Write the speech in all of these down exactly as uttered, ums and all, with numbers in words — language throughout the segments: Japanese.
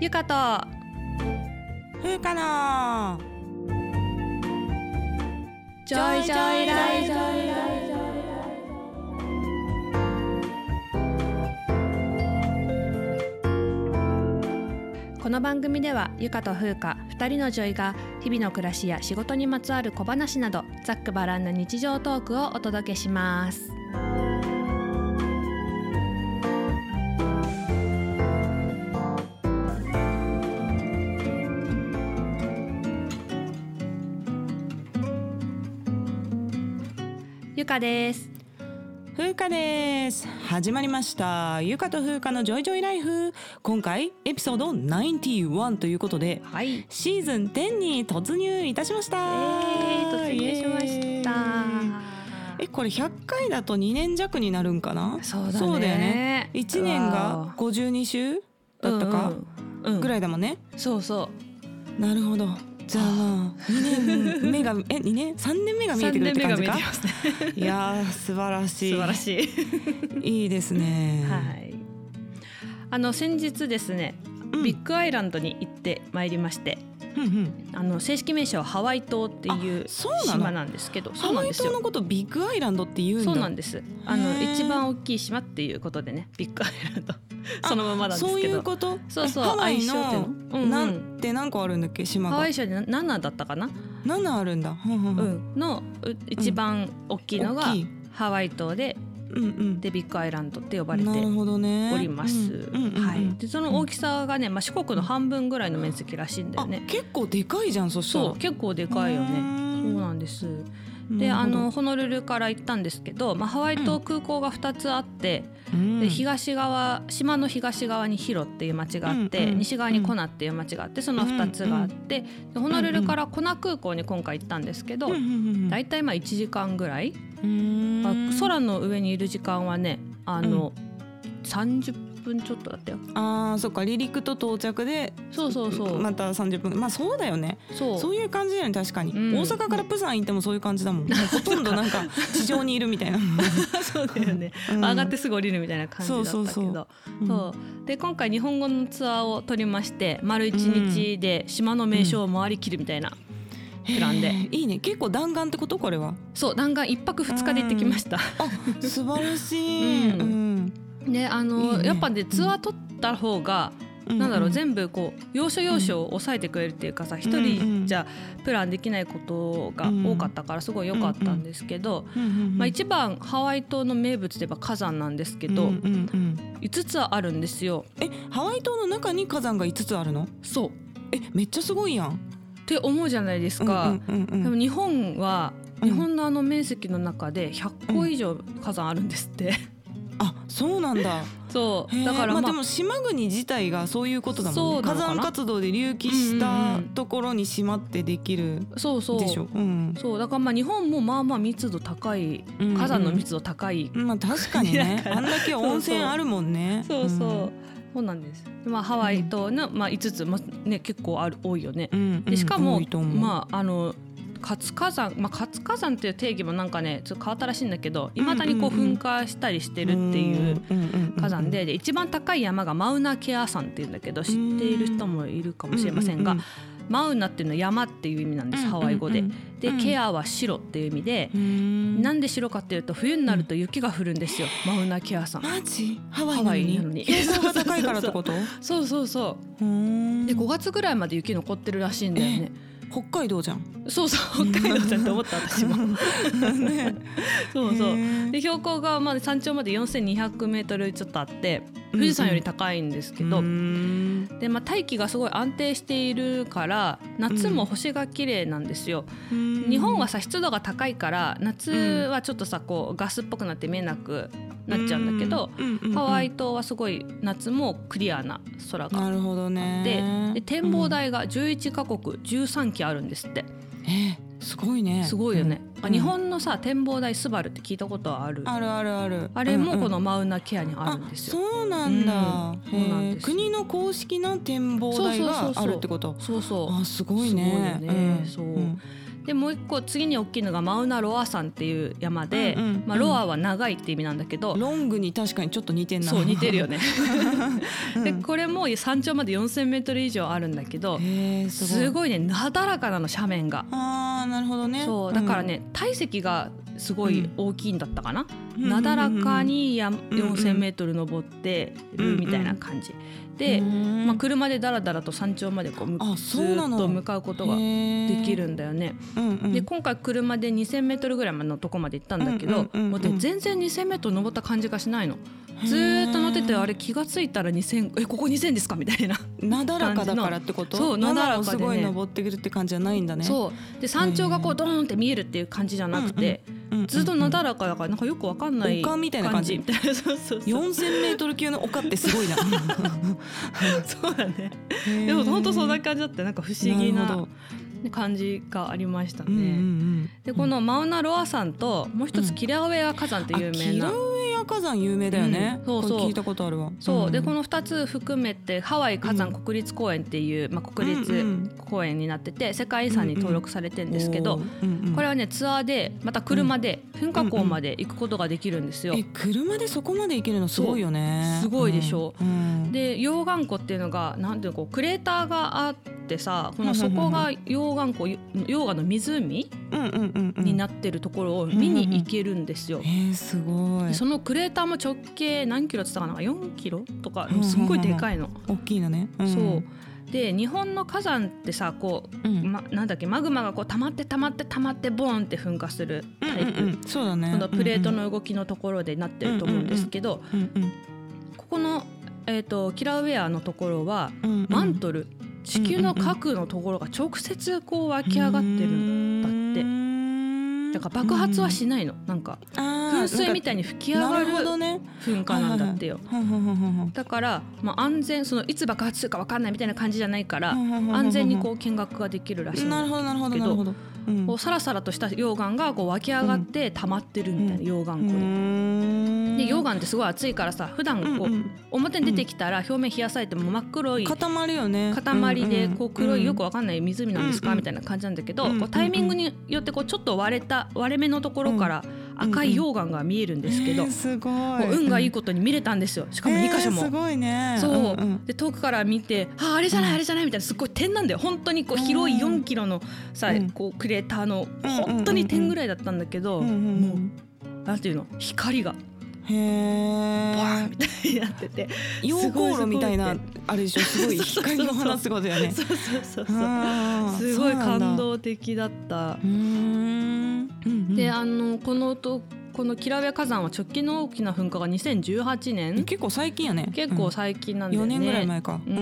ゆかとふうかのジョイジョイライフ。この番組ではゆかとふうかふたりのジョイが日々の暮らしや仕事にまつわる小話などざっくばらんな日常トークをお届けします。ゆかです。 ふうかです。始まりましたゆかとふうかのジョイジョイライフ。今回エピソードきゅうじゅういちということで、 はい、 シーズンじゅうに突入いたしました。 えー、突入しました。 えこれひゃっかいだとにねん弱になるんかな。 そうだね。 そうだよね。いちねんがごじゅうに週だったか、うんうん、ぐらいだもんね。 そうそうなるほど。じゃあまあにねんめがえにねんさんねんめが見えてくるって感じか。 さんねんめが見えてますね。 いやー素晴らしい素晴らしいいいですね。 はい。あの先日ですね、うん、ビッグアイランドに行ってまいりまして、うんうん、あの正式名称はハワイ島っていう島なんですけど、 ハワイ島のことビッグアイランドって言うんだ。 そうなんです。あの一番大きい島っていうことでね、ビッグアイランドそのままなんですけど。 そういうこと。 そうそう。 ハワイの愛称っていうの、うんうん、 なんて何個あるんだっけ島が。 ハワイ州でななだったかな。 ななあるんだ。うんうんうん、 の一番大きいのがハワイ島で、うんうん、でビッグアイランドって呼ばれております。はい。でその大きさがね、まあ、四国の半分ぐらいの面積らしいんだよね。 あ、結構でかいじゃん。そしたら。 そう結構でかいよね。そうなんです。であのホノルルから行ったんですけど、まあ、ハワイ島空港がふたつあって、うん、で東側島の東側にヒロっていう町があって、うん、西側にコナっていう町があって、そのふたつがあって、でホノルルからコナ空港に今回行ったんですけど、だいたいまあいちじかんぐらい、まあ、空の上にいる時間はねあの、うん、さんじゅっぷんちょっとだったよ。 あーそっか。離陸と到着でそうそうそうまたさんじゅっぷん。まあそうだよね。そう、そういう感じだよね。確かに、うん、大阪からプサン行ってもそういう感じだもん。ほとんどなんか地上にいるみたいなそうだよね、うん、上がってすぐ降りるみたいな感じだったけど、そうそうそう、うん、そうで今回日本語のツアーを取りまして、丸いちにちで島の名所を回りきるみたいなプランで、うん、 いいね。結構弾丸ってことこれは。 そう弾丸いっぱくふつかで行ってきました、 うん、あ素晴らしい、うんうんね、あのいいね。やっぱねツアー取った方が、うん、なんだろう、全部こう要所要所を抑えてくれるっていうかさ、一、うん、人じゃプランできないことが多かったからすごい良かったんですけど、うんうんまあ、一番ハワイ島の名物といえば火山なんですけど、うんうんうん、いつつあるんですよ。 えハワイ島の中に火山がいつつあるの？ そう。 えめっちゃすごいやんって思うじゃないですか、うんうんうんうん、でも日本は日本のあの面積の中でひゃっこ以上火山あるんですって、うんあそうなんだ。 そうだから、 まあ、でも島国自体がそういうことだもんね。火山活動で隆起したところに島ってできるでしょ。 そうそう、うん、そうだからまあ日本もまあまあ密度高い、うんうん、火山の密度高い、 まあ確かにねあんだけ温泉あるもんね。 そうそう、うん、そうなんです。まあ、ハワイ島の、まあ、いつつ、まあね、結構ある多いよね、うん、でしかも、まああの活火山、まあ、活火山っていう定義もなんかねちょっと変わったらしいんだけど、いまだにこう噴火したりしてるっていう火山で、で一番高い山がマウナケア山っていうんだけど、知っている人もいるかもしれませんが、マウナっていうのは山っていう意味なんです、ハワイ語で。でケアは白っていう意味で、なんで白かっていうと冬になると雪が降るんですよ、マウナケア山。 マジ？ハワイなのに標高が高いからってこと？ そうそうそう。でごがつぐらいまで雪残ってるらしいんだよね。 北海道じゃん。 そうそう北海道じゃんって思った私もね、そうそうで標高がまあ山頂までよんせんにひゃくメートルちょっとあって、富士山より高いんですけど、うん、でまあ、大気がすごい安定しているから夏も星が綺麗なんですよ、うん、日本はさ湿度が高いから夏はちょっとさこうガスっぽくなって見えなくなっちゃうんだけど、うんうんうんうん、ハワイ島はすごい夏もクリアな空があって、なるほどね。で展望台がじゅういちかこくじゅうさんきあるんですって。 えー、すごいね。 すごいよね、うん、日本のさ展望台スバルって聞いたことはある？ あるあるある。 あれもこのマウナケアにあるんですよ、 うんうん、そうなんだ、うん、そうなんです。国の公式な展望台があるってこと？ そうそう。 あすごいね。 すごいよね、うん、そう、うん、 でもう一個次に大きいのがマウナロア山っていう山で、うんうんまあ、ロアは長いって意味なんだけど、 ロングに確かにちょっと似てんな。 そう似てるよねでこれも山頂までよんせんメートル以上あるんだけど、 へーすごい、 すごいねなだらかなの斜面が。 あーなるほどね。 そうだからね、うん、体積がすごい大きいんだったかな、うん、なだらかにやよんせんメートル登ってるみたいな感じ、うんうん、で、まあ、車でだらだらと山頂までこうずっと向かうことができるんだよね、うんうん、で今回車でにせんメートルぐらいのとこまで行ったんだけど、うんうんうんうん、もうで全然にせんメートル登った感じがしないの。ずっと乗っててあれ気がついたらにせんえここにせんですかみたいななだらかだからってこと？そうなだらかでねすごい登ってくるって感じじゃないんだね。 そうで山頂がこうドーンって見えるっていう感じじゃなくて、うんうん、ずっとなだらかだからなんかよくわかんない丘みたいな感じそうそうそうよんせんメートル級の丘ってすごいなそうだね。でも本当そんな感じだってなんか不思議な感じがありましたね、うんうんうん、でこのマウナロア山ともう一つキラウェア火山って有名な、うん、 キラウェア火山有名だよね、 うん、そうそう聞いたことあるわ。 そう、 うん、 でこのふたつ含めてハワイ火山国立公園っていう、まあ、国立公園になってて世界遺産に登録されてるんですけど、うんうん、これはねツアーでまた車で噴火口まで行くことができるんですよ、うんうん、 え車でそこまで行けるのすごいよね。 すごいでしょ、 うんうん、で溶岩湖っていうのがなんていうのこうクレーターがあってさこの底が溶岩湖溶岩の湖、うんうんうん、になってるところを見に行けるんですよ、 うんうんうん、えー、すごい。 そのクレーターも直径何キロって言ったかなよんキロとかすごいでかいの、 大きいのね、うん、 そうで日本の火山ってさこう、うんま、なんだっけマグマがこう溜まって溜まって溜まってボーンって噴火するタイプ、うんうんうん、 そうだね、 このプレートの動きのところでなってると思うんですけど、うんうんうん、ここの、えーと、キラウェアのところは、うんうん、マントル地球の核のところが直接こう湧き上がってるんだって。だから爆発はしないの、なんか噴水みたいに吹き上がる噴火なんだってよ。だから、まあ、安全そのいつ爆発するか分かんないみたいな感じじゃないから安全にこう見学ができるらしいんだけど、なるほどなるほど、うん、こうサラサラとした溶岩がこう湧き上がって溜まってるみたいな、溶岩湖で。で溶岩ってすごい熱いからさ普段こう、うんうん、表に出てきたら表面冷やされても真っ黒い塊よね塊でこう黒いよくわかんない湖なんですか、うんうん、みたいな感じなんだけど、うんうん、こうタイミングによってこうちょっと割れた割れ目のところから赤い溶岩が見えるんですけど、うんうんえー、すごい運がいいことに見れたんですよ。しかもにかしょも、 えー、すごいね。 そう、 うんうん、 で遠くから見てああれじゃないあれじゃないみたいなすごい点なんだよ。本当にこう広いよんキロのさ、うん、こうクレーターの本当に点ぐらいだったんだけど、うんうんうん、もうなんていうの光がへーバーンみたいになってて溶鉱炉みたいなあれでしょすごい光を放つことだよね。 そうそうそうそうすごい感動的だった。うーん、うんうん、であのこのとこのキラウェア火山は直近の大きな噴火がにせんじゅうはちねん結構最近やね。 結構最近なんだよね、 よねんぐらい前か、 うん、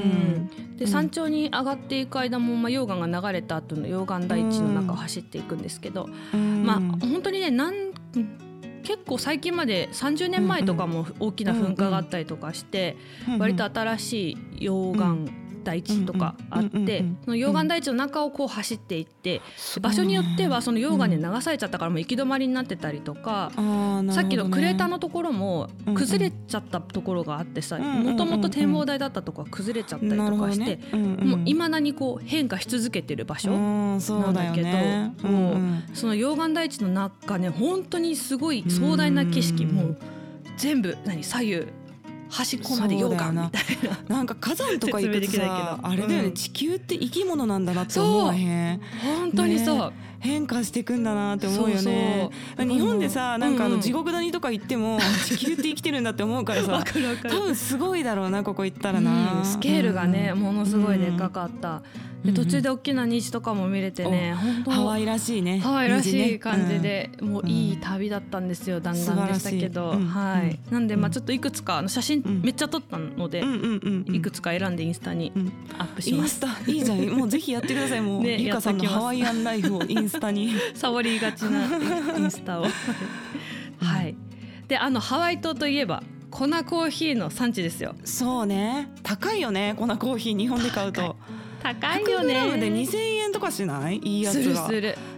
で山頂に上がっていく間も、まあ、溶岩が流れた後の溶岩台地の中を走っていくんですけど、まあ本当にねなん結構最近までさんじゅうねんまえとかも大きな噴火があったりとかして割と新しい溶岩台地とかあってその溶岩台地の中をこう走っていって場所によってはその溶岩で流されちゃったからもう行き止まりになってたりとかさっきのクレーターのところも崩れちゃったところがあってさもともと展望台だったとこが崩れちゃったりとかしてもう未だにこう変化し続けてる場所なんだけどもうその溶岩台地の中ね本当にすごい壮大な景色もう全部何左右端っこまで溶岩みたいななんか火山とか行くとさあれだよね、うん、地球って生き物なんだなって思わへん。 本当にそう、ね、 変化していくんだなって思うよね。そうそう日本でさなんかあの地獄谷とか行っても地球って生きてるんだって思うからさわかるわかる多分すごいだろうなここ行ったらな、 うん、スケールがね、うん、ものすごいでかかった、で途中で大きな虹とかも見れてね、うんうん、本当ハワイらしいねハワイらしい感じで、ねうん、もういい旅だったんですよ。弾丸でしたけど、うん、はい、なんでまあちょっといくつか写真めっちゃ撮ったので、うん、いくつか選んでインスタにアップします、 うん、インスタいいじゃんもうぜひやってくださいもう、ね、ゆかさんのハワイアンライフをインスタに触りがちなインスタをはいであのハワイ島といえば粉コーヒーの産地ですよ。 そうね高いよね粉コーヒー日本で買うと高いよね。 ひゃくグラムでにせんえんとかしない？いいやつがするする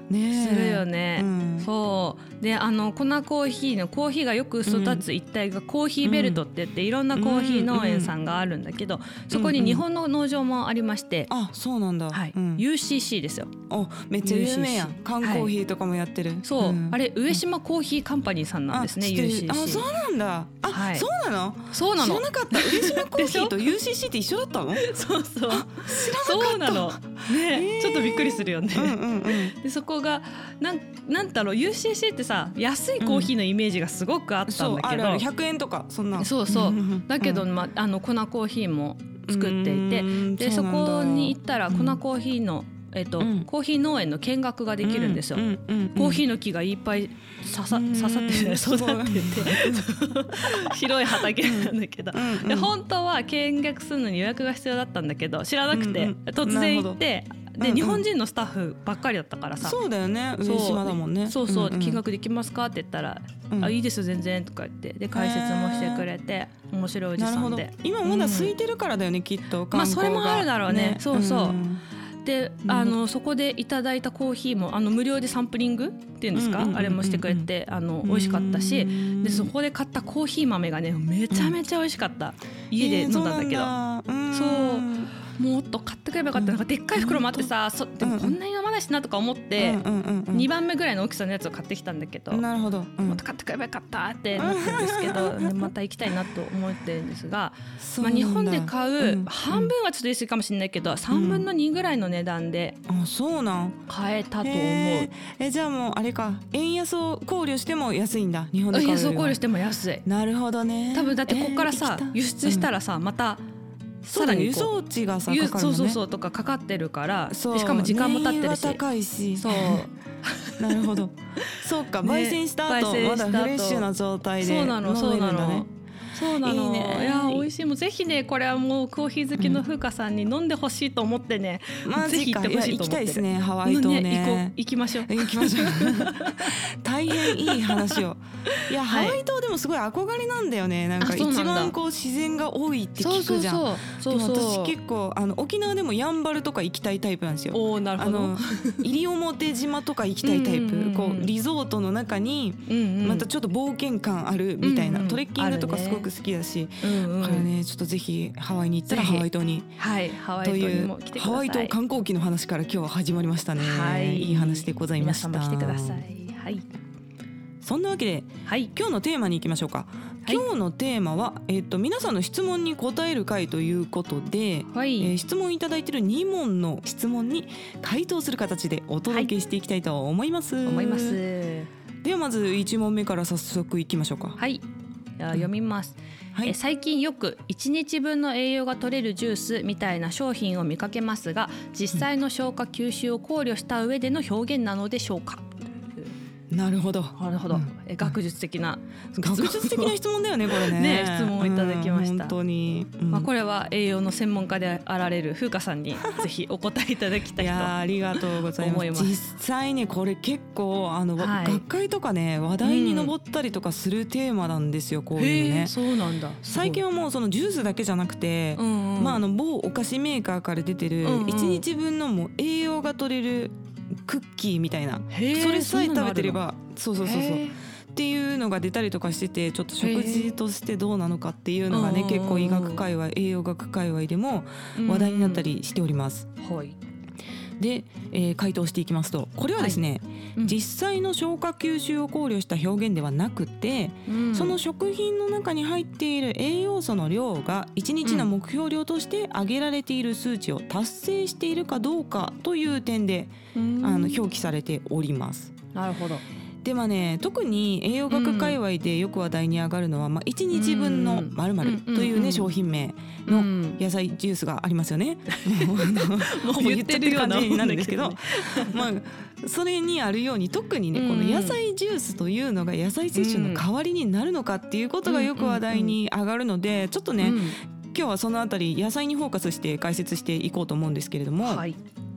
ねするよね、 うん、 そうであの粉コーヒーのコーヒーがよく育つ一帯がコーヒーベルトって言って、うん、いろんなコーヒー農園さんがあるんだけど、うん、そこに日本の農場もありまして、 うんうん、あそうなんだ、 はいうん、 ユーシーシー ですよ。 おめっちゃ有名やん。缶コーヒーとかもやってる、はい、 そう、うん、あれ上島コーヒーカンパニーさんなんですね、 ユーシーシー。 あそうなんだ。あ、はい、そうなの。 そうなの。 知らなかった。上島コーヒーと ユーシーシー って一緒だったのそうそう、知らなかった。そうなのね、ちょっとびっくりするよね、うんうんうん、でそこがなんなんだろう ユーシーシー ってさ安いコーヒーのイメージがすごくあったんだけど、うん、そうあるあるひゃくえんとかそんな。 そうそうだけど、ま、あの粉コーヒーも作っていて、でそこに行ったら粉コーヒーの、えっとうん、コーヒー農園の見学ができるんですよ、うんうんうんうん、コーヒーの木がいっぱい刺さ、刺さってて育ってて広い畑なんだけど、うんうん、で本当は見学するのに予約が必要だったんだけど知らなくて、うんうん、突然行ってで、うんうん、日本人のスタッフばっかりだったからさ。 そうだよね、上島だもんね。 そうそう、 うんうん、 見学できますかって言ったら、うん、あいいです全然とか言ってで解説もしてくれて面白いおじさんで。 今まだ空いてるからだよね、うん、きっと観光が、まあ、それもあるだろうね、ね、そうそう、うんであのそこでいただいたコーヒーもあの無料でサンプリングっていうんですか、うんうんうんうん、あれもしてくれてあの美味しかったし、でそこで買ったコーヒー豆がねめちゃめちゃ美味しかった、うん、家で飲んだんだけど、えー、そうもっと買ってくればよかった、なんかでっかい袋もあってさ、そでもこんなに飲まないしなとか思って、うんうんうん、にばんめぐらいの大きさのやつを買ってきたんだけど、 なるほど、うん、 もっと買ってくればよかったってなってるんですけど、ね、また行きたいなと思ってるんですが、まあ、日本で買う、うん、半分はちょっと言い過ぎかもしれないけどさんぶんのにぐらいの値段で買えたと思う、 ええじゃあもうあれか、円安を考慮しても安いんだ、日本で買うよりは。 円安を考慮しても安い。なるほどね。 多分だってここからさ、えー、輸出したらさまたさらに輸送値がさかかるのね。 そうそうそうとかかかってるから、でしかも時間も経ってるし、 燃油は高いし、 そうなるほどそうか、焙煎した後、ね、まだフレッシュな状態で飲めるんだね。 そうなのそうなのそうなの。いいね。いや美味しい。もうぜひねこれはもうコーヒー好きの風花さんに飲んでほしいと思ってね、 うん、ぜひ行ってほしいと思ってる。行きたいですね、ハワイ島ね。 ね行こう行きましょう行きましょう大変いい話を。いや、はい、ハワイ島でもすごい憧れなんだよね。なんか一番こう自然が多いって聞くじゃん。そうそうそう。でも私結構あの沖縄でもやんばるとか行きたいタイプなんですよ。 おー、なるほど。あの西表島とか行きたいタイプ。うんうんうん、こうリゾートの中にまたちょっと冒険感あるみたいな、うんうん、トレッキングとかすごく好きだし、うんうん、だからねちょっとぜひハワイに行ったらハワイ島に、 はい、ハワイ島にも来てください。 ハワイ島観光期の話から今日は始まりましたね。はい、いい話でございました。 皆さんも来てください。はい。 そんなわけで、はい、今日のテーマに行きましょうか。はい、今日のテーマは、えー、と皆さんの質問に答える回ということで、はい、えー、質問いただいているに問の質問に回答する形でお届けしていきたいと思います。 はい、思います。 ではまずいち問目から早速いきましょうか。 はい、読みます。はい、え最近よくいちにちぶんの栄養が取れるジュースみたいな商品を見かけますが、実際の消化吸収を考慮した上での表現なのでしょうか。 なるほどなるほど、うん、え学術的な学術的な質問だよねこれねね質問をいただきました、 うん、本当に、うん、 まあ、これは栄養の専門家であられる風花さんにぜひお答えいただきたいといやありがとうございます。実際ねこれ結構あの、はい、学会とかね話題に上ったりとかするテーマなんですよ、うん、こういうのね。 そうなんだ。 最近はもうそのジュースだけじゃなくて、うんうん、まあ、あの某お菓子メーカーから出てるいちにちぶんのもう栄養が取れるクッキーみたいな、それさえ食べてればそうそうそうそうっていうのが出たりとかしてて、ちょっと食事としてどうなのかっていうのがね結構医学界隈栄養学界隈でも話題になったりしております。はい。で、えー、回答していきますと、これはですね、はい、うん、実際の消化吸収を考慮した表現ではなくて、うん、その食品の中に入っている栄養素の量がいちにちの目標量として挙げられている数値を達成しているかどうかという点で、うん、あの表記されております。 なるほど。 ではね、特に栄養学界隈でよく話題に上がるのは、まあ、いちにちぶんの〇〇というね商品名の野菜ジュースがありますよね。もう言ってる感じになるんですけど、まあそれにあるように特にねこの野菜ジュースというのが野菜摂取の代わりになるのかっていうことがよく話題に上がるので、ちょっとね今日はそのあたり野菜にフォーカスして解説していこうと思うんですけれども、はい、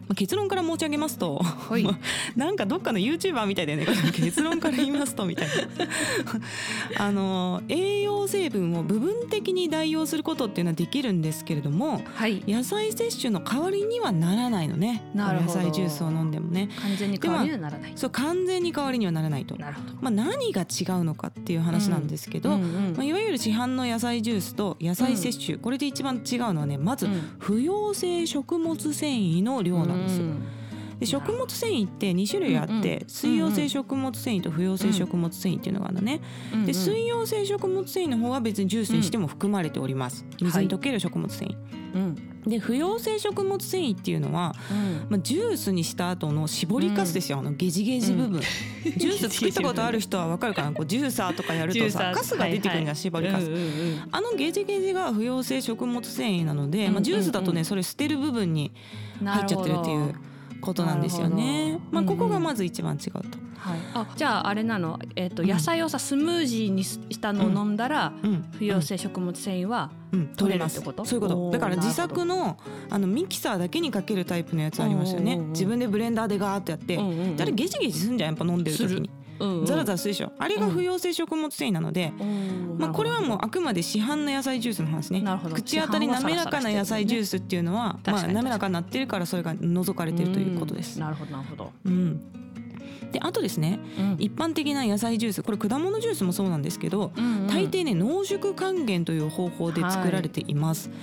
まあ、結論から申し上げますと、はい、なんかどっかの YouTuber みたいだよね結論から言いますとみたいなあの栄養成分を部分的に代用することっていうのはできるんですけれども、はい、野菜摂取の代わりにはならないのね。 なるほど。 野菜ジュースを飲んでもね完全に代わりにはならない。 そう完全に代わりにはならないと。なるほど。まあ、何が違うのかっていう話なんですけど、うんうんうんまあ、いわゆる市販の野菜ジュースと野菜摂取、うん、これで一番違うのはねまず不溶性食物繊維の量なんですよ、うんで食物繊維ってに種類あって、うんうん、水溶性食物繊維と不溶性食物繊維っていうのがあるのね、うんうん、で水溶性食物繊維の方は別にジュースにしても含まれております、うん、水に溶ける食物繊維、はいうん、で不溶性食物繊維っていうのは、うんまあ、ジュースにした後の絞りかすですよ、うん、あのゲジゲジ部分、うん、ジュース作ったことある人は分かるかなこうジューサーとかやるとさカスが出てくるんじゃん、はいはい、絞りかす、うんうんうん、あのゲジゲジが不溶性食物繊維なので、まあ、ジュースだとねそれ捨てる部分に入っちゃってるっていうことなんですよね。まあ、ここがまず一番違うと、うんうんはい、あじゃああれなの、えーと、野菜をさスムージーにしたのを飲んだら、うん、不溶性食物繊維は取れるってこと、うんうん、 そういうことだから自作 の, あのミキサーだけにかけるタイプのやつありますよね。自分でブレンダーでガーッとやって、うんうんうん、あれゲジゲジすんじゃんやっぱ飲んでる時にうんうん、ザラザラするでしょ。あれが不溶性食物繊維なので、うんまあ、これはもうあくまで市販の野菜ジュースの話ね。口当たり滑らかな野菜ジュースっていうのはまあ、滑らかになってるからそれが除かれてるということです。 なるほどなるほど、 うんであとですね、うん、一般的な野菜ジュースこれ果物ジュースもそうなんですけど、うんうん、大抵ね濃縮還元という方法で作られています、はい、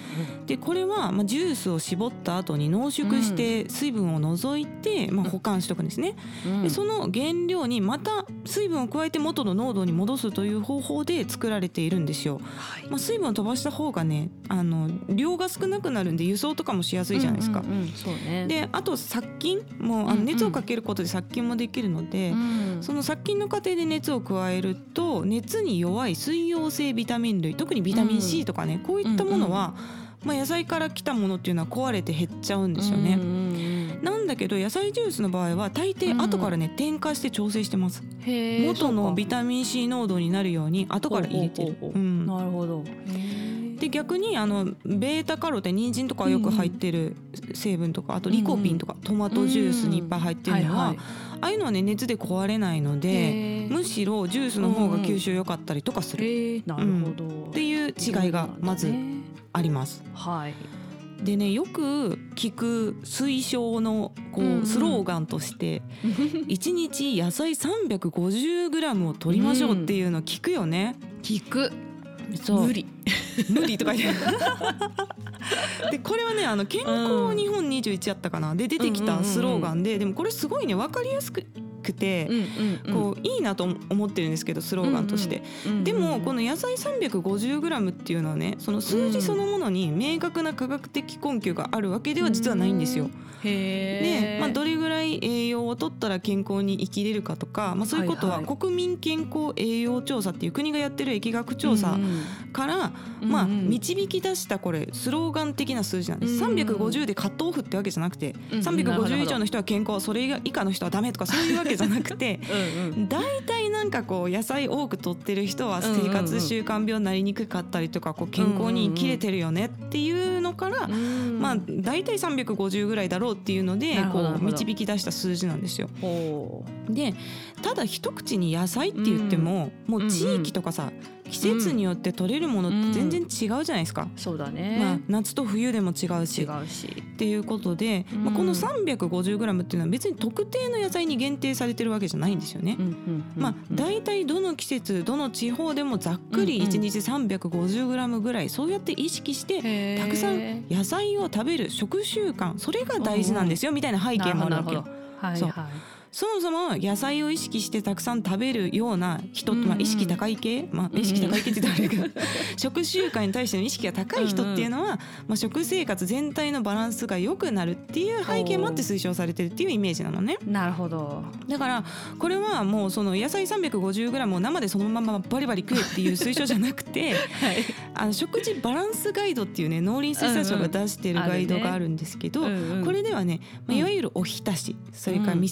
でこれは、まあ、ジュースを絞った後に濃縮して水分を除いて、まあ、保管しておくんですね、うん、でその原料にまた水分を加えて元の濃度に戻すという方法で作られているんですよ、はいまあ、水分を飛ばした方がねあの量が少なくなるんで輸送とかもしやすいじゃないですか、うんうんうんそうね、であと殺菌もあの熱をかけることで殺菌もできるので、うんうん、その殺菌の過程で熱を加えると熱に弱い水溶性ビタミン類特にビタミン C とかね、うん、こういったものは、うんうんまあ、野菜から来たものっていうのは壊れて減っちゃうんですよね、うんうんうん、なんだけど野菜ジュースの場合は大抵後からね、うん、添加して調整してます。へ元のビタミン C 濃度になるように後から入れてる。 ほうほうほうほう、うん、なるほど。 で逆にあのベータカロテン人参とかよく入ってる成分とかあとリコピンとかトマトジュースにいっぱい入ってるのは、うんうんはいはい、ああいうのはね熱で壊れないのでむしろジュースの方が吸収良かったりとかする、 うん、なるほど、 うん、っていう違いがまずあります、 はいでねよく聞く推奨のこうスローガンとしていちにち野菜 さんびゃくごじゅうグラム を取りましょうっていうの聞くよね、 うん、聞くそう無理無理とか言ってでこれはねあの健康日本にじゅういちやったかなで出てきたスローガンで、でもこれすごいね分かりやすくくて、うんうんうん、こういいなと思ってるんですけどスローガンとして、うんうん、でもこの野菜 さんびゃくごじゅうグラム っていうのはねその数字そのものに明確な科学的根拠があるわけでは実はないんですよ、うん、へーで、まあ、どれぐらい栄養を取ったら健康に生きれるかとか、まあ、そういうことは国民健康栄養調査っていう国がやってる疫学調査から、うんうんまあ、導き出したこれスローガン的な数字なんです、うんうん、さんびゃくごじゅうでカットオフってわけじゃなくて、うんうん、さんびゃくごじゅう以上の人は健康それ以下の人はダメとかそういうわけじゃなくてだいたいなんかこう野菜多く摂ってる人は生活習慣病になりにくかったりとかこう健康に生きれてるよねっていうのから、まあだいたいさんびゃくごじゅうぐらいだろうっていうのでこう導き出した数字なんですよ。でただ一口に野菜って言ってももう地域とかさ季節によって取れるものって全然違うじゃないですか、 うん、そうだね、 まあ、夏と冬でも違うし違うしっていうことで、うんまあ、この さんびゃくごじゅうグラム っていうのは別に特定の野菜に限定されてるわけじゃないんですよね、うんうんうんうんまあ、大体どの季節どの地方でもざっくりいちにち さんびゃくごじゅうグラム ぐらいそうやって意識してたくさん野菜を食べる食習慣それが大事なんですよみたいな背景もあるわけよ。 はいはいそもそも野菜を意識してたくさん食べるような人って、まあ、意識高い系、まあ、意識高い系って言ったらあれだけど食習慣に対しての意識が高い人っていうのは、まあ、食生活全体のバランスが良くなるっていう背景もあって推奨されてるっていうイメージなのね。 なるほど。 だからこれはもうその野菜 さんびゃくごじゅうグラム を生でそのままバリバリ食えっていう推奨じゃなくて、はい、あの食事バランスガイドっていうね農林水産省が出してるガイドがあるんですけど、うんうんね、これではね、まあ、いわゆるおひたしそれから味噌汁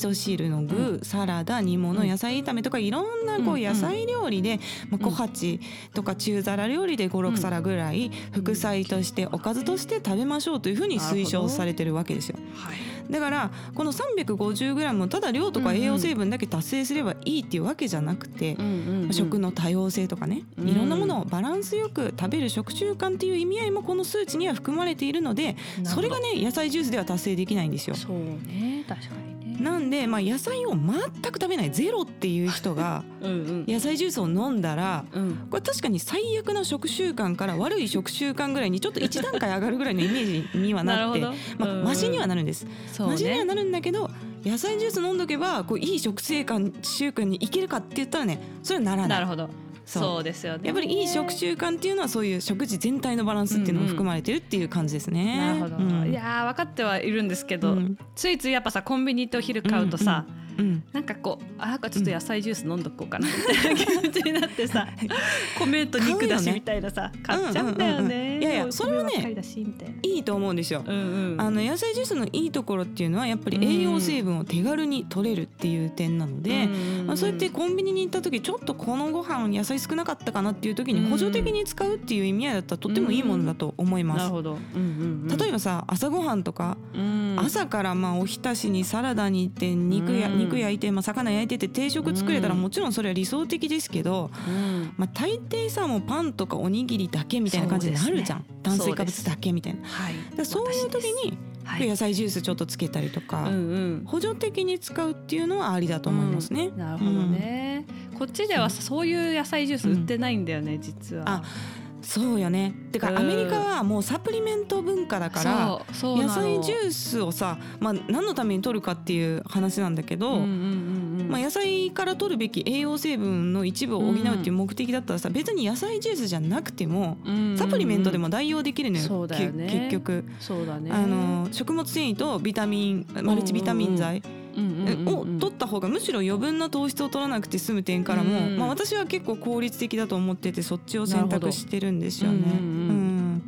の具、うん、サラダ、煮物、野菜炒めとかいろんなこう野菜料理で、まあ、小鉢とか中皿料理でご、ろく皿ぐらい副菜としておかずとして食べましょうというふうに推奨されてるわけですよ。だからこの さんびゃくごじゅうグラム をただ量とか栄養成分だけ達成すればいいっていうわけじゃなくて、うんうんうん、食の多様性とかね、いろんなものをバランスよく食べる食習慣っていう意味合いもこの数値には含まれているので、それがね野菜ジュースでは達成できないんですよ。 そうね、確かにね。 なんで、まあ、野菜を全く食べないゼロっていう人が野菜ジュースを飲んだら、うん、これ確かに最悪な食習慣から悪い食習慣ぐらいにちょっと一段階上がるぐらいのイメージにはなってまあ、マシにはなるんです、ね、マシにはなるんだけど、野菜ジュース飲んどけばこういい食生活習慣にいけるかって言ったらね、それはならない。 なるほど、そう、そうですよね。 やっぱりいい食習慣っていうのはそういう食事全体のバランスっていうのも含まれてるっていう感じですね。 なるほど、うん、いや分かってはいるんですけど、うん、ついついやっぱさコンビニとお昼買うとさ、うんうん、なんかこうあなんかちょっと野菜ジュース飲んどこうかなみたいな気持ちになってさ米と肉だしみたいなさ買っちゃうんだよね、うんうんうんうん、 いやいやそれはねいいと思うんですよ、うんうん、あの野菜ジュースのいいところっていうのはやっぱり栄養成分を手軽に取れるっていう点なので、うんまあ、そうやってコンビニに行った時ちょっとこのご飯野菜少なかったかなっていう時に補助的に使うっていう意味合いだったらとってもいいものだと思います、うん、なるほど、うんうんうん、例えばさ朝ごはんとか、うん、朝からまあおひたしにサラダに行って肉や、うん、肉焼いて、まあ、魚焼いてて定食作れたらもちろんそれは理想的ですけど、うんまあ、大抵さもうパンとかおにぎりだけみたいな感じになるじゃん、ね、炭水化物だけみたいな、はい、だそういう時に野菜ジュースちょっとつけたりとか、はい、補助的に使うっていうのはありだと思いますね、 うん、なるほどね、うん、こっちではそういう野菜ジュース売ってないんだよね、うん、実は。あそうよね。てかアメリカはもうサプリメント文化だから野菜ジュースをさ、まあ、何のために取るかっていう話なんだけど、うんうんうんうんまあ、野菜から取るべき栄養成分の一部を補うっていう目的だったらさ、別に野菜ジュースじゃなくてもサプリメントでも代用できるのよ、うんうんうん、結局そうだね、あの食物繊維とビタミンマルチビタミン剤、うんうんうんうん、を取った方がむしろ余分な糖質を取らなくて済む点からも、うんまあ、私は結構効率的だと思っててそっちを選択してるんですよね、うんうんうん、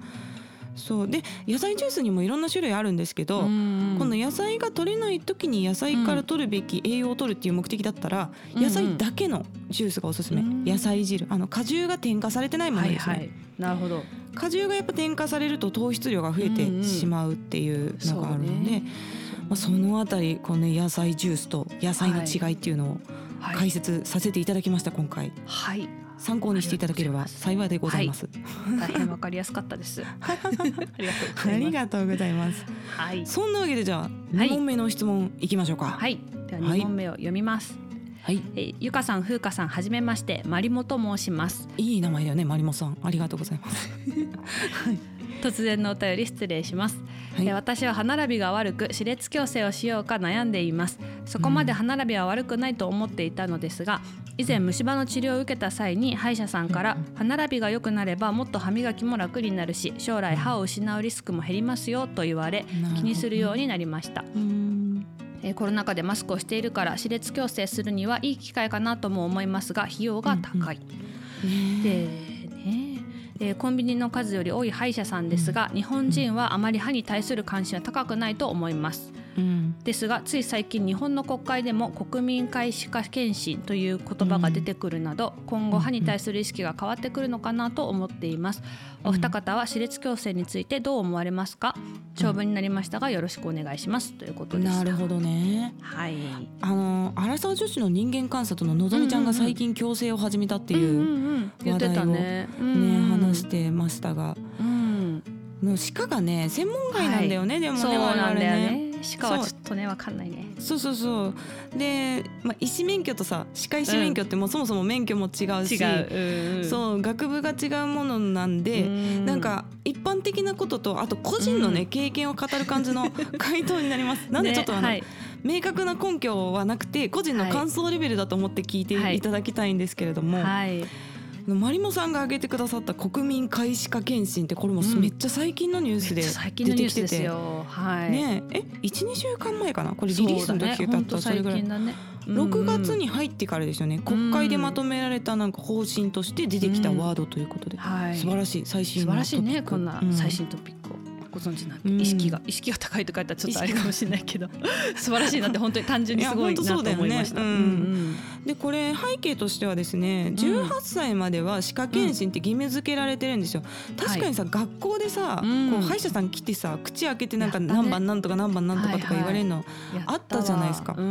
そうで野菜ジュースにもいろんな種類あるんですけど、うんうん、この野菜が取れない時に野菜から取るべき栄養を取るっていう目的だったら、うん、野菜だけのジュースがおすすめ、うん、野菜汁あの果汁が添加されてないものですね、はいはい、なるほど。果汁がやっぱ添加されると糖質量が増えてしまうっていうのがあるので、うんうんまあ、そのあたりこの、ね、野菜ジュースと野菜の違いっていうのを解説させていただきました今回、はい、参考にしていただければ幸いでございます、 はい、大変わかりやすかったですありがとうございます、はい、そんなわけでじゃあに問目の質問いきましょうか。 はい、ではに問目を読みます、はい、えゆかさん、ふうかさん、はじめまして、まりもと申します。 いい名前だよね、まりもさん、ありがとうございます、 はい、突然のお便り失礼します、はい、え私は歯並びが悪く歯列矯正をしようか悩んでいます。そこまで歯並びは悪くないと思っていたのですが、以前虫歯の治療を受けた際に歯医者さんから歯並びが良くなればもっと歯磨きも楽になるし将来歯を失うリスクも減りますよと言われ気にするようになりました。えコロナ禍でマスクをしているから歯列矯正するにはいい機会かなとも思いますが費用が高い、うんうん、でねえコンビニの数より多い歯医者さんですが、日本人はあまり歯に対する関心は高くないと思います、うん、ですがつい最近日本の国会でも国民皆歯科検診という言葉が出てくるなど、今後歯に対する意識が変わってくるのかなと思っています。お二方は歯列矯正についてどう思われますか？長文になりましたがよろしくお願いしますということでした。 なるほどね、はい、あの荒沢女子の人間観察ののぞみちゃんが最近矯正を始めたっていう話題をね話してましたが、うん、の歯科がね専門外なんだよね、はい、でもねそうなんだよね。歯科はちょっとね分かんないね。 そうそうそうで、まあ、医師免許とさ歯科医師免許ってもうそもそも免許も違うし、違う、うん、そう学部が違うものなんで、んなんか一般的なこととあと個人のね、うん、経験を語る感じの回答になりますなんでちょっとあの、ねはい、明確な根拠はなくて個人の感想レベルだと思って聞いていただきたいんですけれども、はいはいまりもさんが挙げてくださった国民皆歯科検診ってこれもめっちゃ最近のニュースで出てきてて、はいね、え いち,に 週間前かなこれリリースの時だったらそれぐらい、ねうん、ろくがつに入ってからですよね。国会でまとめられたなんか方針として出てきたワードということで、うんはい、素晴らしい最新のトピック。 素晴らしいねこんな最新トピックを、 ご存知なんで、うん、意識が意識が高いとか言ったらちょっとあれかもしれないけど素晴らしいなって本当に単純にすごいなと思いました。 でこれ背景としてはですね、じゅうはっさいまでは歯科検診って義務付けられてるんですよ。確かにさ、はい、学校でさ、うん、こう歯医者さん来てさ口開けてなんか何番なんとか何番なんとかとか言われるのあったじゃないですか。うんうん、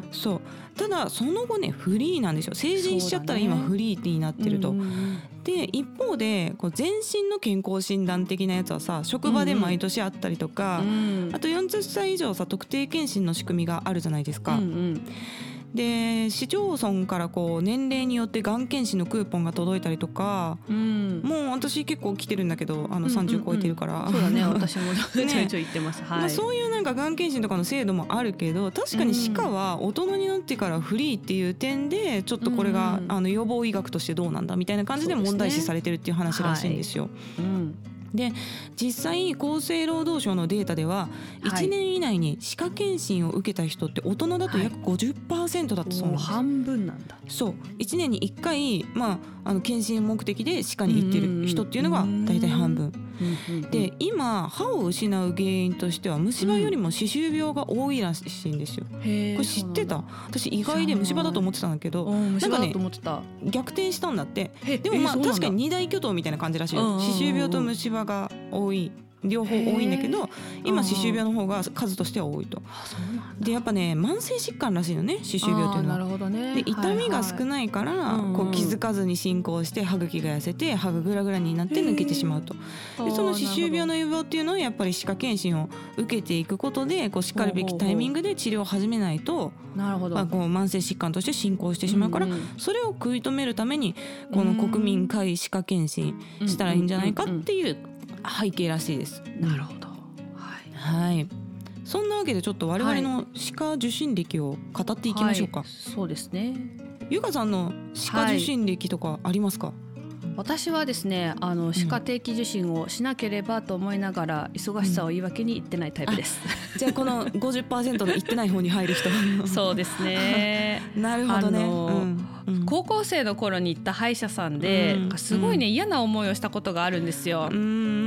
そうただその後ねフリーなんですよ。成人しちゃったら今フリーになってると。で一方でこう全身の健康診断的なやつはさ職場で毎年あったりとか、うんうん、あとよんじゅっさい以上さ特定健診の仕組みがあるじゃないですか。うんうん、で市町村からこう年齢によってがん検診のクーポンが届いたりとか、うん、もう私結構来てるんだけどあのさんじゅう超えてるから、 うんうんうん、そうだね私もちょいちょい行ってます、ねはいまあ、そういうなんかがん検診とかの制度もあるけど確かに歯科は大人になってからフリーっていう点でちょっとこれが、うん、あの予防医学としてどうなんだみたいな感じで問題視されてるっていう話らしいんですよ。そうですねはいうんで実際厚生労働省のデータではいちねん以内に歯科検診を受けた人って大人だと約 ごじゅっパーセント だったそうなんです。 半分なんだ。 そういちねんにいっかい、まあ、あの検診目的で歯科に行ってる人っていうのが大体半分で今歯を失う原因としては虫歯よりも歯周病が多いらしいんですよ。これ知ってた？私意外で虫歯だと思ってたんだけどなんかね逆転したんだって。でもまあ確かに二大巨頭みたいな感じらしいよ。歯周病と虫歯が多い両方多いんだけど今歯周病の方が数としては多いと。でやっぱね慢性疾患らしいのね歯周病っていうのは。 なるほどね。 で痛みが少ないから、はいはい、こう気づかずに進行して歯茎が痩せて歯がグラグラになって抜けてしまうと。でその歯周病の予防っていうのはやっぱり歯科検診を受けていくことでこうしかるべきタイミングで治療を始めないとなるほど、まあ、こう慢性疾患として進行してしまうから、うんうん、それを食い止めるためにこの国民皆歯科検診したらいいんじゃないかっていう背景らしいです。 なるほど、 はいはい、そんなわけでちょっと我々の歯科受診歴を語っていきましょうか。 はい、そうですね。 ゆかさんの歯科受診歴とかありますか？はい、 私はですねあの歯科定期受診をしなければと思いながら、うん、忙しさを言い訳に行ってないタイプです、 うん、じゃあこの ごじゅっパーセント の行ってない方に入る人そうですねなるほどね、 うんうん、高校生の頃に行った歯医者さんで、うん、すごいね、うん、嫌な思いをしたことがあるんですよ、うん、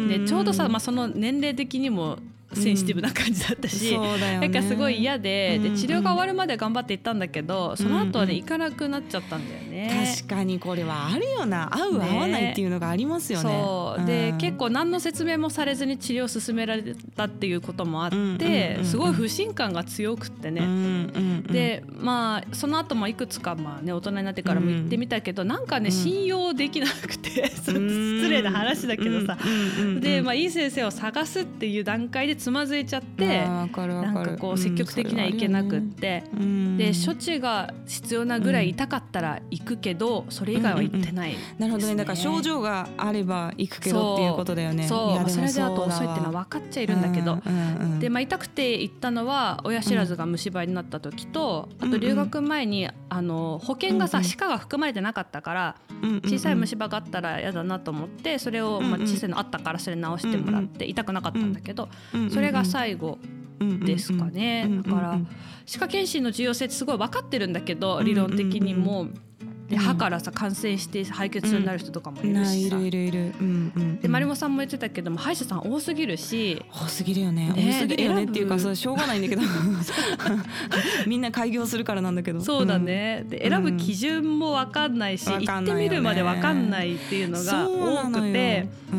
でちょうどさ、まあ、その年齢的にもセンシティブな感じだったし、うんね、なんかすごい嫌 で,、うん、で治療が終わるまで頑張って行ったんだけど、その後はね、うん、行かなくなっちゃったんだよね。 確かにこれはあるよな、合う、ね、合わないっていうのがありますよね。 そう、うん、で結構何の説明もされずに治療を進められたっていうこともあって、うんうんうんうん、すごい不信感が強くってね、うんうんうん、でまあその後もいくつかまあ、ね、大人になってからも行ってみたけど、うん、なんかね信用できなくて、うん、失礼な話だけどさ、うんうんうん、で、まあ、いい先生を探すっていう段階でつまずいちゃって、なんかこう積極的にはいけなくって、うん、で処置が必要なぐらい痛かったら行くけど、それ以外は行ってない、ね、 なるほどね。だから症状があれば行くけどっていうことだよね。 そう、いやでもそれであと遅いっていうのは分かっちゃいるんだけど、うんうんうん、で、まあ、痛くて行ったのは親知らずが虫歯になった時と、うん、あと留学前にあの保険がさ、うんうん、歯科が含まれてなかったから、うんうんうん、小さい虫歯があったら嫌だなと思って、それを、まあ、小さいのあったからそれ直してもらって、痛くなかったんだけど、うんうん、それが最後ですかね。だから歯科検診の重要性ってすごい分かってるんだけど、理論的にもで歯からさ感染して敗血症になる人とかもいるしさ、うん、いるいるいる、うんうん、でマリモさんも言ってたけども歯医者さん多すぎるし、 多すぎるよね、多すぎるよねっていうかさ、しょうがないんだけどみんな開業するからなんだけど、 そうだね、で選ぶ基準も分かんないし、うん、行ってみるまで分かんないっていうのが多くて、うん、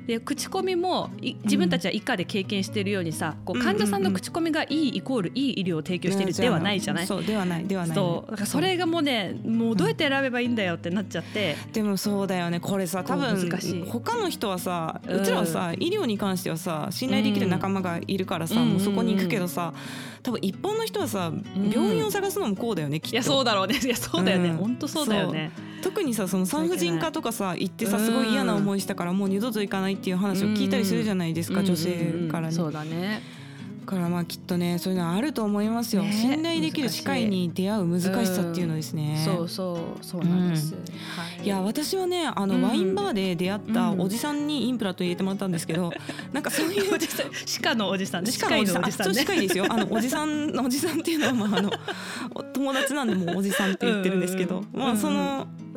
で口コミも自分たちは以下で経験しているようにさ、こう患者さんの口コミがいいイコールいい医療を提供しているではないじゃない、 そうではないではない、 そうだからそれがもうね、もうどうやって選べばいいんだよってなっちゃって、 でもそうだよね、これさ多分他の人はさ、うちらはさ、医療に関してはさ信頼できる仲間がいるからさ、もうそこに行くけどさ、多分一般の人はさ病院を探すのもこうだよね、きっと。 いやそうだろうね、いやそうだよね、本当そうだよね。 特にさ、その産婦人科とかさ行ってさすごい嫌な思いしたからもう二度と行かないっていう話を聞いたりするじゃないですか、女性からね。 そうだね。 だからまあきっとねそういうのはあると思いますよ、ね、信頼できる歯科医に出会う難しさっていうのですね、 うん、そうそうそうなんです、うん、はい、 いや私はねあの、うん、ワインバーで出会ったおじさんにインプラント入れてもらったんですけど、うん、なんかそういうおじさん、歯科のおじさんね、 歯科のおじさん、あ、歯科医ですよ、あのおじさんのおじさんっていうのは、まあ、あの友達なんでもうおじさんって言ってるんですけど、うんうん、まあその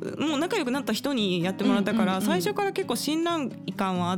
もう仲良くなった人にやってもらったから、うんうんうん、最初から結構信頼感はあって、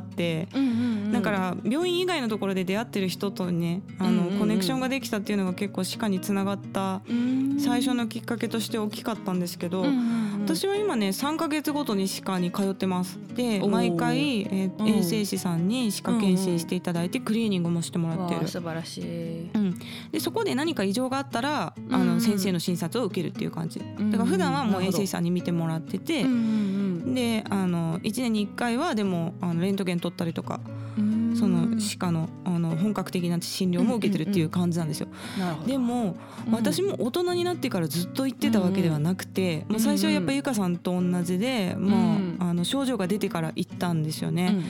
うんうんうん、だから病院以外のところで出会ってる人とねあの、うんうんうん、コネクションができたっていうのが結構歯科につながった最初のきっかけとして大きかったんですけど、うんうんうん、私は今ねさんかげつごとに歯科に通ってます。で毎回、えー、衛生士さんに歯科検診していただいて、うんうん、クリーニングもしてもらってる。 素晴らしい、 うん、でそこで何か異常があったらあの、うんうん、先生の診察を受けるっていう感じだから普段はもう衛生士さんに見てもらってて、うんうんうん、であのいちねんにいっかいはでもあのレントゲン取ったりとか、その歯科 の, あの本格的な診療も受けてるっていう感じなんですよ、うんうんうん、でも、うん、私も大人になってからずっと言ってたわけではなくて、うんうん、もう最初はやっぱりゆかさんと同じで、うんもうあの症状が出てから行ったんですよね、うんうんうん、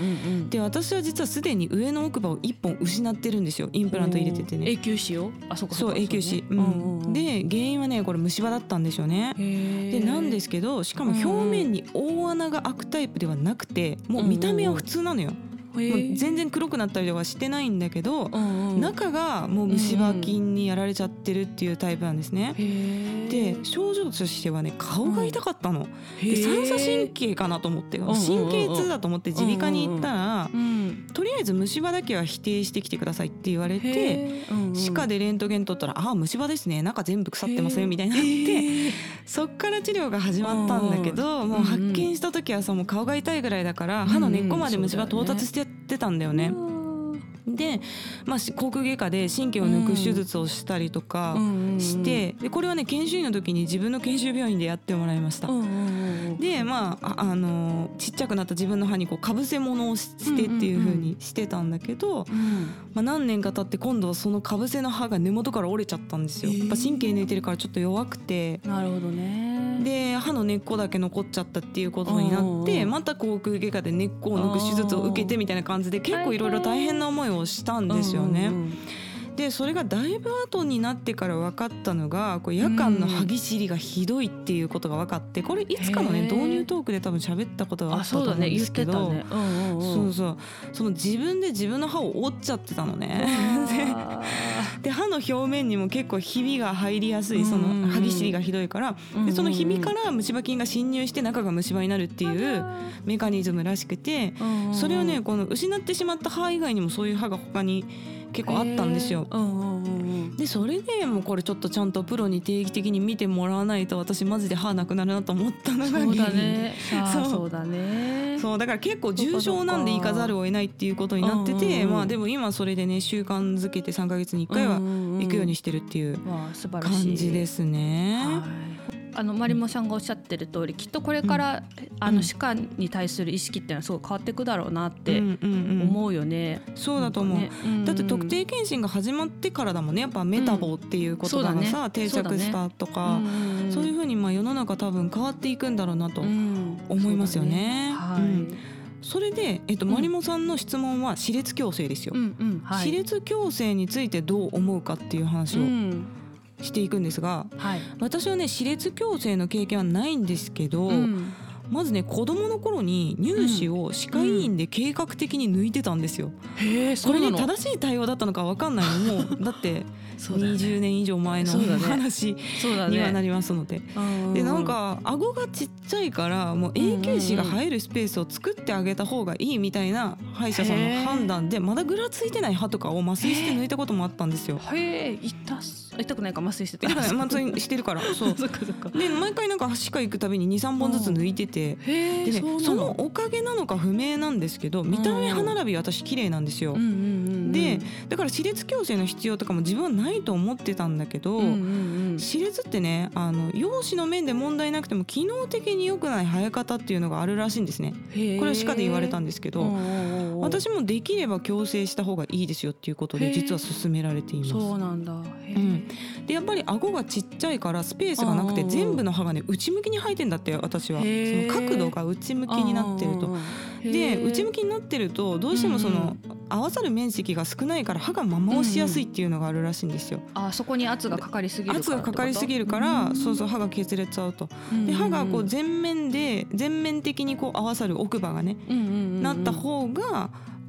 で私は実はすでに上の奥歯をいっぽん失ってるんですよ。インプラント入れててね。 永久歯をあそこそう永久歯、うんうんうん、で原因はねこれ虫歯だったんですよね。でなんですけどしかも表面に大穴が開くタイプではなくてもう見た目は普通なのよ、うんうんうんもう全然黒くなったりとかしてないんだけど、うんうん、中がもう虫歯菌にやられちゃってるっていうタイプなんですね。で症状としてはね顔が痛かったの、うん、で三叉神経かなと思って神経痛だと思って耳鼻科に行ったら、うん、とりあえず虫歯だけは否定してきてくださいって言われて、うんうん、歯科でレントゲン取ったらああ虫歯ですね中全部腐ってますよみたいになってそっから治療が始まったんだけど、うんうん、もう発見した時はさもう顔が痛いぐらいだから歯の根っこまで虫歯到達してやってたんだよね。で、まあ、口腔外科で神経を抜く手術をしたりとかして、でこれはね研修医の時に自分の研修病院でやってもらいました。でまああのちっちゃくなった自分の歯にこうかぶせ物をしてっていう風にしてたんだけど、まあ、何年か経って今度はそのかぶせの歯が根元から折れちゃったんですよ。やっぱ神経抜いてるからちょっと弱くて、 なるほどね。 で歯の根っこだけ残っちゃったっていうことになってまた口腔外科で根っこを抜く手術を受けてみたいな感じで結構いろいろ大変な思いをしたんですよね。でそれがだいぶ後になってから分かったのがこう夜間の歯ぎしりがひどいっていうことが分かって、これいつかのね導入トークで多分喋ったことがあったと思うんですけど、そうそうその自分で自分の歯を折っちゃってたのねで歯の表面にも結構ひびが入りやすいその歯ぎしりがひどいからでそのひびから虫歯菌が侵入して中が虫歯になるっていうメカニズムらしくて、それをねこの失ってしまった歯以外にもそういう歯が他に結構あったんですよ。でそれでもうこれちょっとちゃんとプロに定期的に見てもらわないと私マジで歯なくなるなと思ったのが原因。 そうだね。そうそうだね。 そうだから結構重症なんで行かざるを得ないっていうことになってて、まあでも今それでね習慣づけてさんかげつにいっかいは行くようにしてるっていう感じですね。 あのまりもさんがおっしゃってる通りきっとこれから、うん、あの歯科に対する意識っていうのはすごい変わっていくだろうなって思うよね、 うんうんうん、そうだと思う、ねうんうん、だって特定健診が始まってからだもんねやっぱメタボっていう言葉がさ、うんね、定着したとか そう,、ねうんうん、そういう風にまあ世の中多分変わっていくんだろうなと思いますよね、うんはいうん、それで、えっと、まりもさんの質問は歯列矯正ですよ、うんうんはい、歯列矯正についてどう思うかっていう話を、うんしていくんですが、はい、私はね歯列矯正の経験はないんですけど、うん、まずね子供の頃に乳歯を歯科医院で計画的に抜いてたんですよ、うんうん、これね正しい対応だったのか分かんないのもうだってにじゅうねん以上前の話にはなりますので、でなんか顎がちっちゃいからもう永久歯が生えるスペースを作ってあげた方がいいみたいな歯医者さんの判断でまだぐらついてない歯とかを麻酔して抜いたこともあったんですよ。 へー痛痛くないか麻酔してた痛くない麻酔してるからそうそっかそっかで毎回なんか歯科行くたびに にさんぼんずつ抜いてて、で、ね、そ, そのおかげなのか不明なんですけど見た目歯並び私綺麗なんですよ、うんうんうんうん、でだから歯列矯正の必要とかも自分はないと思ってたんだけど、うんうんうん、歯列ってねあの容姿の面で問題なくても機能的に良くない生え方っていうのがあるらしいんですね。これは歯科で言われたんですけど、私もできれば矯正した方がいいですよっていうことで実は勧められています。 そうなんだ、へー、 うんでやっぱり顎がちっちゃいからスペースがなくて全部の歯がね内向きに生えてんだって私は。その角度が内向きになってるとで内向きになってるとどうしてもその合わさる面積が少ないから歯が摩耗しやすいっていうのがあるらしいんですよ、 うんうん、あそこに圧がかかりすぎるから圧がかかりすぎるから、うん、そうそう歯が削れちゃうと、うん、で歯がこう全面で全面的にこう合わさる奥歯がね、うんうんうんうん、なった方が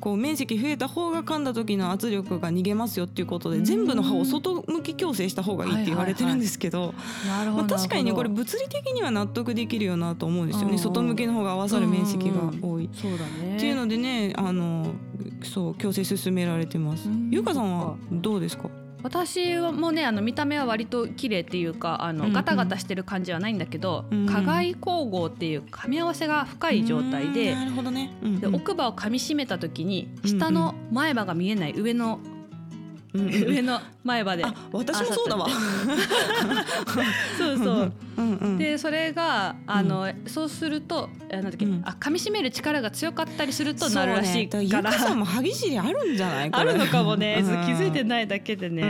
こう面積増えた方が噛んだ時の圧力が逃げますよっていうことで、全部の歯を外向き矯正した方がいいって言われてるんですけど、まあ、確かにねこれ物理的には納得できるよなと思うんですよね。外向きの方が合わさる面積が多い、 そうだね、 っていうのでね、あのそう矯正進められてます。ゆうかさんはどうですか？ 私もね、あの見た目は割と綺麗っていうか、あの、うんうん、ガタガタしてる感じはないんだけど、うんうん、加害咬合っていう噛み合わせが深い状態で、 なるほどね、うんうん、 で奥歯を噛み締めた時に下の前歯が見えない上の、うんうん、上の前歯で、 あ、私もそうだわそうそう、うんうん、でそれがあの、うん、そうするとなんだっけ、うん、あ噛み締める力が強かったりするとなるらしいから、 ゆかさんも歯ぎしりあるんじゃない？ あるのかもね、うん、気づいてないだけでね、うん、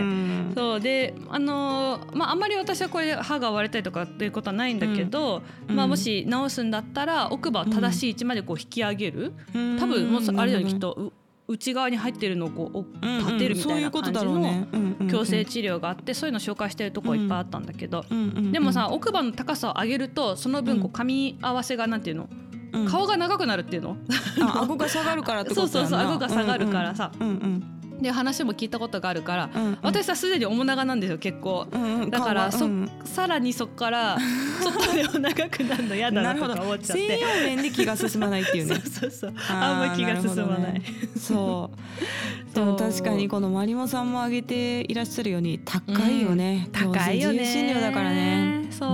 そうで、あのーまあ、あんまり私はこれで歯が割れたりとかっていうことはないんだけど、うんまあ、もし直すんだったら奥歯を正しい位置までこう引き上げる、うん、多分もうあれだよね、きっと内側に入ってるのをこう立てるみたいな感じの矯正治療があって、そういうのを紹介してるとこいっぱいあったんだけど、でもさ奥歯の高さを上げるとその分こう噛み合わせがなんていうの、顔が長くなるっていうの、 あ顎が下がるからってことだな。 そうそうそう、顎が下がるからさ、うんうんうん、で話も聞いたことがあるから、うんうん、私はすでに面長なんですよ結構、うんうん、だからそ、うん、さらにそっからちょっとでも長くなるの嫌だなとか思っちゃって、 西洋面で気が進まないっていうねそうそうそう、あんまり気が進まない、ね、 そうでも確かにこのまりもさんも挙げていらっしゃるように高いよね、 うん、高いよね、 自由診療だからね。 そう、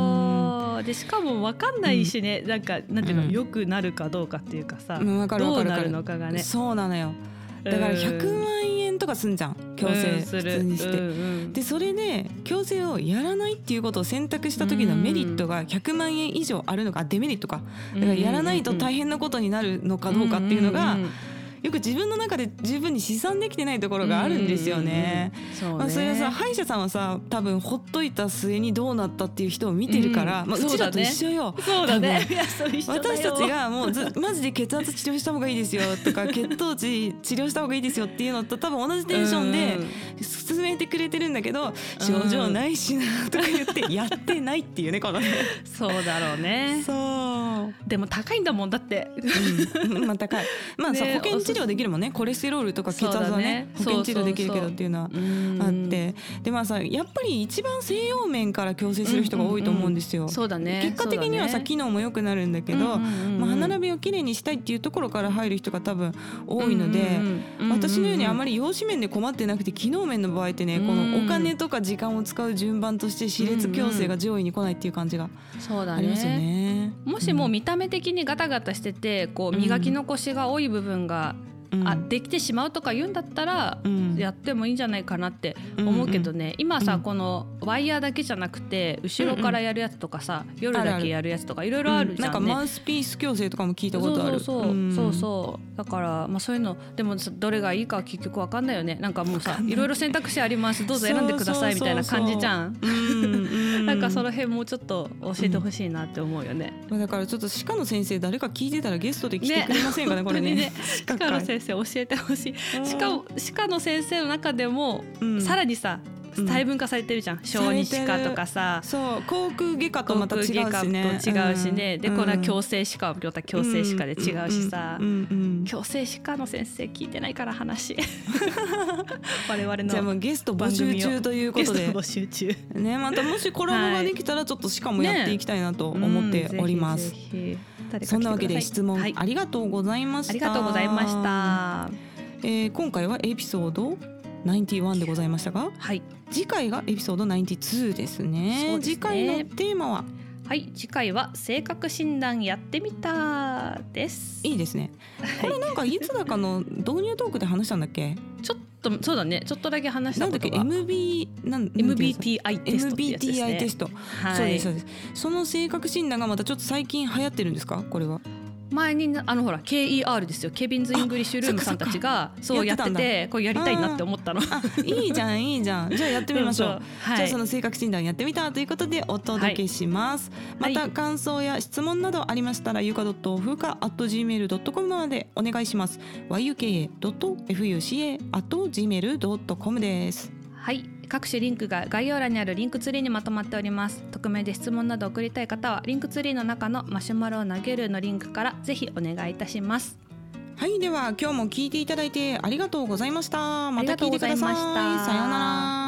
うん、でしかも分かんないしね、うん、なんかなんていうの、うん、良くなるかどうかっていうかさ、うん、かるどうなるのかがね。 そうなのよ、だからひゃくまんえんとかすんじゃん矯正普通にして、うんうん、でそれで矯正をやらないっていうことを選択した時のメリットがひゃくまんえん以上あるのか、デメリットか、だからやらないと大変なことになるのかどうかっていうのが、うんうんうん、よく自分の中で十分に試算できてないところがあるんですよね。うんうんうん、そうね、まあ、それはさ歯医者さんはさ多分ほっといた末にどうなったっていう人を見てるから、うんまあ、うちらと一緒よ。 そうだね、いやそう一緒だよ。私たちがもうずマジで血圧治療した方がいいですよとか血糖値治療した方がいいですよっていうのと多分同じテンションで進めてくれてるんだけど、症状ないしなとか言ってやってないっていうねこのねそうだろうね。 そうでも高いんだもんだって、 うん、まあ高い、まあさ、保険治療できるもんね、コレステロールとか血圧は ね, ね保険治療できるけどっていうのはあって、でまあさやっぱり一番西洋面から矯正する人が多いと思うんですよ、うんうんうん、そうだね、結果的にはさ、ね、機能も良くなるんだけど、うんうんうんまあ、歯並びをきれいにしたいっていうところから入る人が多分多いので、うんうんうん、私のようにあまり容姿面で困ってなくて機能面の場合ってね、このお金とか時間を使う順番として歯列矯正が上位に来ないっていう感じがありますよね。 もしも見た目的にガタガタしててこう磨き残しが多い部分が、うん、あできてしまうとか言うんだったら、うん、やってもいいんじゃないかなって思うけどね、うんうん、今さ、うん、このワイヤーだけじゃなくて後ろからやるやつとかさ、うんうん、夜だけやるやつとかいろいろあるじゃんね、うん、なんかマウスピース矯正とかも聞いたことある。 そうそうそう、うん、そうそうだから、まあ、そういうのでもどれがいいかは結局分かんないよね。なんかもうさいろいろ選択肢ありますどうぞ選んでくださいみたいな感じじゃん。なんかその辺もうちょっと教えてほしいなって思うよね、 うん、だからちょっと歯科の先生誰か聞いてたらゲストで来てくれませんかね、ねこれね。 ね歯科の先生教えてほしい。しかも歯科の先生の中でも、うん、さらにさ細分化されてるじゃん、うん、小児歯科とかさ、 そう口腔外科とまた違うしね、 口腔外科と違うしね、うん、でこれは矯正歯科はまた矯正歯科で違うしさ、うんうんうん、矯正歯科の先生聞いてないから話我々のじゃあもうゲスト募集中ということでゲスト募集中ね、またもしコラボができたらちょっと歯科もやっていきたいなと思っております、ねうん、ぜひぜひそんなわけで質問ありがとうございました、はい、ありがとうございました、 えー、今回はエピソードきゅうじゅういちでございましたが、はい、次回がエピソードきゅうじゅうにですね。そうですね。次回のテーマははい次回は性格診断やってみたです。 いいですね。これなんかいつだかの導入トークで話したんだっけ？ ちょっとそうだねちょっとだけ話したことがなんだっけ エムビー なん エムビーティーアイ テストってやつですね。エムビーティーアイ テスト、はい、そうですそうです。その性格診断がまたちょっと最近流行ってるんですかこれは？ 前にあのほら ケーイーアール ですよケビンズ・イングリッシュルームさんたちがそうやっててこれやりたいなって思ったの。 あいいじゃんいいじゃんじゃあやってみましょう。そうそう、はい、じゃあその性格診断やってみたということでお届けします、はい、また感想や質問などありましたらゆか .fuka アット ジーメール ドットコム までお願いします。 ワイユーケーエー ドット エフユーシーエー アット ジーメール ドットコム です。 はい各種リンクが概要欄にあるリンクツリーにまとまっております。匿名で質問など送りたい方はリンクツリーの中のマシュマロを投げるのリンクからぜひお願いいたします。 はい、では今日も聞いていただいてありがとうございました。また聞いてください。さようなら。